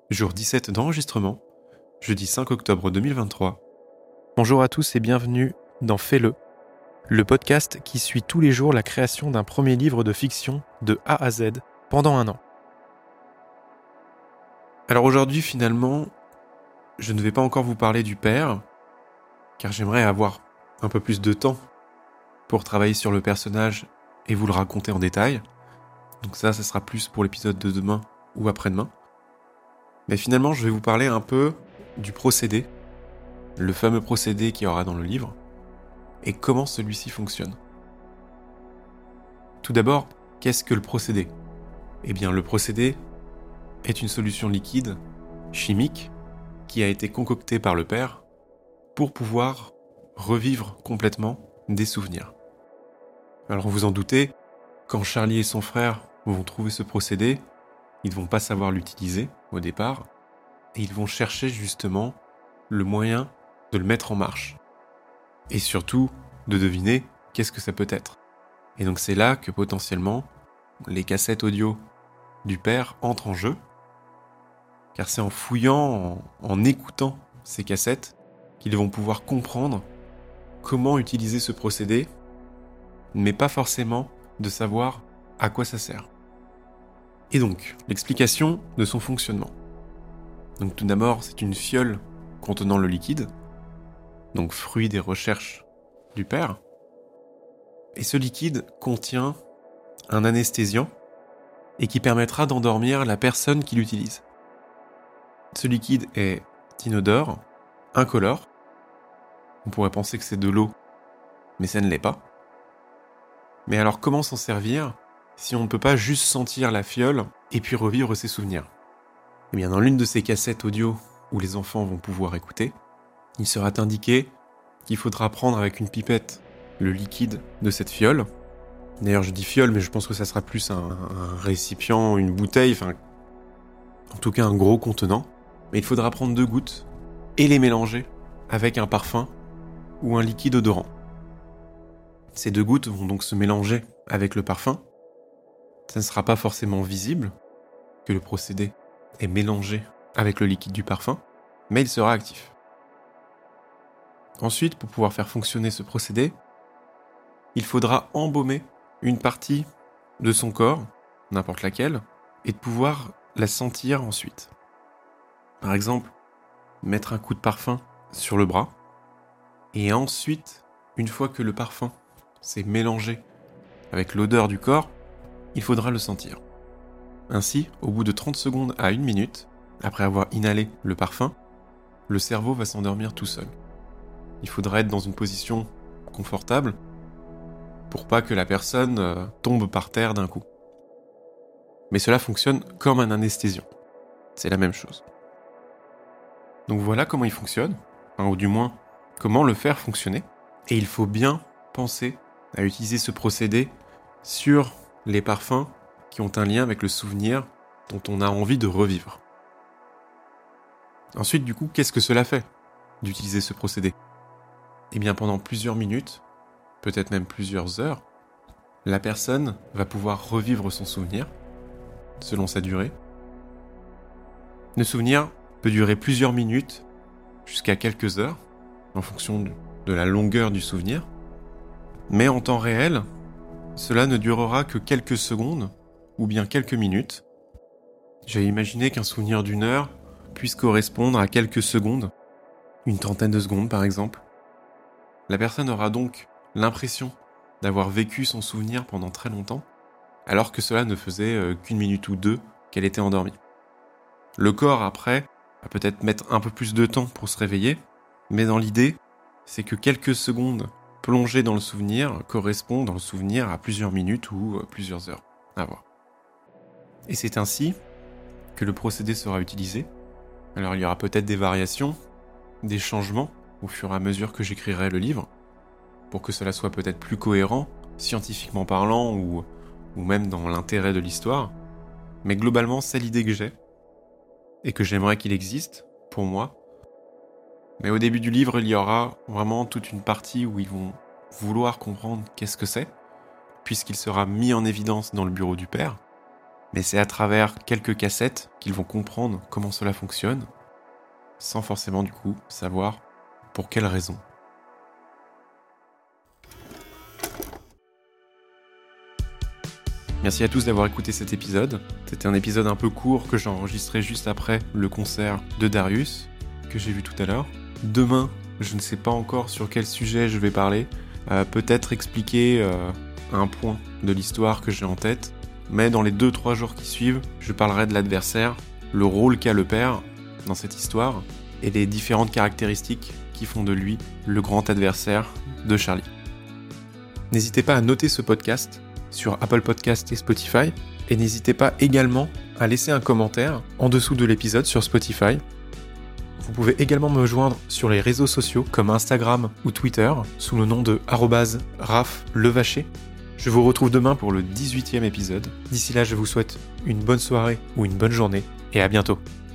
Jour 17 d'enregistrement, jeudi 5 octobre 2023. Bonjour à tous et bienvenue dans Fais-le, le podcast qui suit tous les jours la création d'un premier livre de fiction de A à Z pendant un an. Alors aujourd'hui finalement, je ne vais pas encore vous parler du père, car j'aimerais avoir un peu plus de temps pour travailler sur le personnage et vous le raconter en détail. Donc ça sera plus pour l'épisode de demain ou après-demain. Mais finalement, je vais vous parler un peu du procédé, le fameux procédé qu'il y aura dans le livre, et comment celui-ci fonctionne. Tout d'abord, qu'est-ce que le procédé ? Eh bien, le procédé est une solution liquide, chimique, qui a été concoctée par le père pour pouvoir revivre complètement des souvenirs. Alors vous en doutez, quand Charlie et son frère vont trouver ce procédé, ils ne vont pas savoir l'utiliser au départ, et ils vont chercher justement le moyen de le mettre en marche. Et surtout, de deviner qu'est-ce que ça peut être. Et donc c'est là que potentiellement, les cassettes audio du père entrent en jeu, car c'est en fouillant, en écoutant ces cassettes, qu'ils vont pouvoir comprendre comment utiliser ce procédé, mais pas forcément de savoir à quoi ça sert. Et donc, l'explication de son fonctionnement. Donc tout d'abord, c'est une fiole contenant le liquide, donc fruit des recherches du père. Et ce liquide contient un anesthésiant et qui permettra d'endormir la personne qui l'utilise. Ce liquide est inodore, incolore. On pourrait penser que c'est de l'eau, mais ça ne l'est pas. Mais alors comment s'en servir si on ne peut pas juste sentir la fiole et puis revivre ses souvenirs ? Eh bien, dans l'une de ces cassettes audio où les enfants vont pouvoir écouter, il sera indiqué qu'il faudra prendre avec une pipette le liquide de cette fiole. D'ailleurs, je dis fiole, mais je pense que ça sera plus un récipient, une bouteille, en tout cas un gros contenant. Mais il faudra prendre 2 gouttes et les mélanger avec un parfum ou un liquide odorant. Ces 2 gouttes vont donc se mélanger avec le parfum. Ça ne sera pas forcément visible que le procédé est mélangé avec le liquide du parfum, mais il sera actif. Ensuite, pour pouvoir faire fonctionner ce procédé, il faudra embaumer une partie de son corps, n'importe laquelle, et de pouvoir la sentir ensuite. Par exemple, mettre un coup de parfum sur le bras, et ensuite, une fois que le parfum s'est mélangé avec l'odeur du corps, il faudra le sentir. Ainsi, au bout de 30 secondes à 1 minute, après avoir inhalé le parfum, le cerveau va s'endormir tout seul. Il faudra être dans une position confortable pour pas que la personne tombe par terre d'un coup. Mais cela fonctionne comme un anesthésiant. C'est la même chose. Donc voilà comment il fonctionne, ou du moins comment le faire fonctionner. Et il faut bien penser à utiliser ce procédé sur les parfums qui ont un lien avec le souvenir dont on a envie de revivre. Ensuite, du coup, qu'est-ce que cela fait d'utiliser ce procédé ? Eh bien, pendant plusieurs minutes, peut-être même plusieurs heures, la personne va pouvoir revivre son souvenir, selon sa durée. Le souvenir peut durer plusieurs minutes, jusqu'à quelques heures, en fonction de la longueur du souvenir. Mais en temps réel, cela ne durera que quelques secondes, ou bien quelques minutes. J'ai imaginé qu'un souvenir d'1 heure puisse correspondre à quelques secondes, une trentaine de secondes par exemple. La personne aura donc l'impression d'avoir vécu son souvenir pendant très longtemps, alors que cela ne faisait qu'1 minute ou 2 qu'elle était endormie. Le corps, après, va peut-être mettre un peu plus de temps pour se réveiller, mais dans l'idée, c'est que quelques secondes plongées dans le souvenir correspondent dans le souvenir à plusieurs minutes ou plusieurs heures à voir. Et c'est ainsi que le procédé sera utilisé. Alors il y aura peut-être des variations, des changements au fur et à mesure que j'écrirai le livre, pour que cela soit peut-être plus cohérent, scientifiquement parlant, ou même dans l'intérêt de l'histoire. Mais globalement, c'est l'idée que j'ai, et que j'aimerais qu'il existe, pour moi. Mais au début du livre, il y aura vraiment toute une partie où ils vont vouloir comprendre qu'est-ce que c'est, puisqu'il sera mis en évidence dans le bureau du père. Mais c'est à travers quelques cassettes qu'ils vont comprendre comment cela fonctionne, sans forcément du coup savoir pour quelles raisons. Merci à tous d'avoir écouté cet épisode. C'était un épisode un peu court que j'ai enregistré juste après le concert de Darius, que j'ai vu tout à l'heure. Demain, je ne sais pas encore sur quel sujet je vais parler. Peut-être expliquer un point de l'histoire que j'ai en tête. Mais dans les 2-3 jours qui suivent, je parlerai de l'adversaire, le rôle qu'a le père dans cette histoire, et les différentes caractéristiques qui font de lui le grand adversaire de Charlie. N'hésitez pas à noter ce podcast sur Apple Podcast et Spotify, et n'hésitez pas également à laisser un commentaire en dessous de l'épisode sur Spotify. Vous pouvez également me joindre sur les réseaux sociaux comme Instagram ou Twitter sous le nom de @RafLevacher. Je vous retrouve demain pour le 18e épisode. D'ici là, je vous souhaite une bonne soirée ou une bonne journée, et à bientôt.